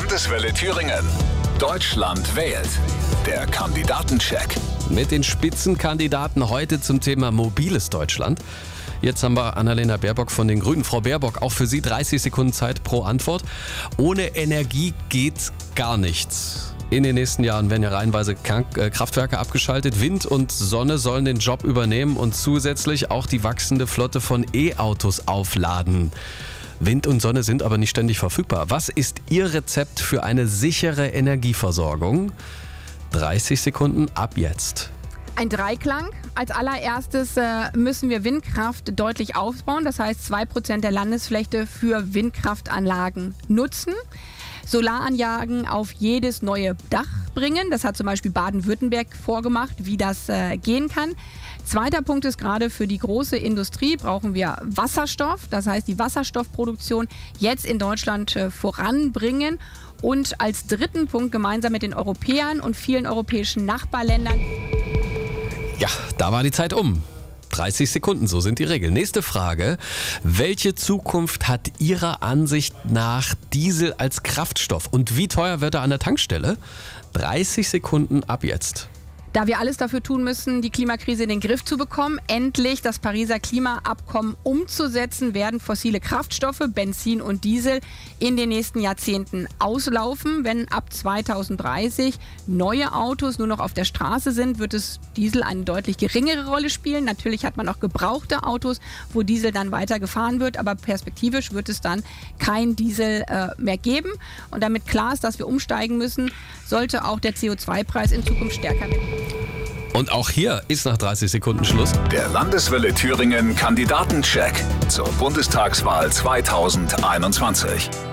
Landeswelle Thüringen. Deutschland wählt. Der Kandidatencheck. Mit den Spitzenkandidaten heute zum Thema mobiles Deutschland. Jetzt haben wir Annalena Baerbock von den Grünen. Frau Baerbock, auch für Sie 30 Sekunden Zeit pro Antwort. Ohne Energie geht gar nichts. In den nächsten Jahren werden ja reihenweise Kraftwerke abgeschaltet. Wind und Sonne sollen den Job übernehmen und zusätzlich auch die wachsende Flotte von E-Autos aufladen. Wind und Sonne sind aber nicht ständig verfügbar. Was ist Ihr Rezept für eine sichere Energieversorgung? 30 Sekunden ab jetzt. Ein Dreiklang. Als allererstes müssen wir Windkraft deutlich ausbauen. Das heißt 2% der Landesfläche für Windkraftanlagen nutzen. Solaranlagen auf jedes neue Dach bringen. Das hat zum Beispiel Baden-Württemberg vorgemacht, wie das gehen kann. Zweiter Punkt ist, gerade für die große Industrie brauchen wir Wasserstoff. Das heißt, die Wasserstoffproduktion jetzt in Deutschland voranbringen. Und als dritten Punkt gemeinsam mit den Europäern und vielen europäischen Nachbarländern. Ja, da war die Zeit um. 30 Sekunden, so sind die Regeln. Nächste Frage. Welche Zukunft hat Ihrer Ansicht nach Diesel als Kraftstoff? Und wie teuer wird er an der Tankstelle? 30 Sekunden ab jetzt. Da wir alles dafür tun müssen, die Klimakrise in den Griff zu bekommen, endlich das Pariser Klimaabkommen umzusetzen, werden fossile Kraftstoffe, Benzin und Diesel in den nächsten Jahrzehnten auslaufen. Wenn ab 2030 neue Autos nur noch auf der Straße sind, wird es Diesel eine deutlich geringere Rolle spielen. Natürlich hat man auch gebrauchte Autos, wo Diesel dann weiter gefahren wird, aber perspektivisch wird es dann kein Diesel mehr geben. Und damit klar ist, dass wir umsteigen müssen, sollte auch der CO2-Preis in Zukunft stärker werden. Und auch hier ist nach 30 Sekunden Schluss. Der Landeswelle Thüringen Kandidatencheck zur Bundestagswahl 2021.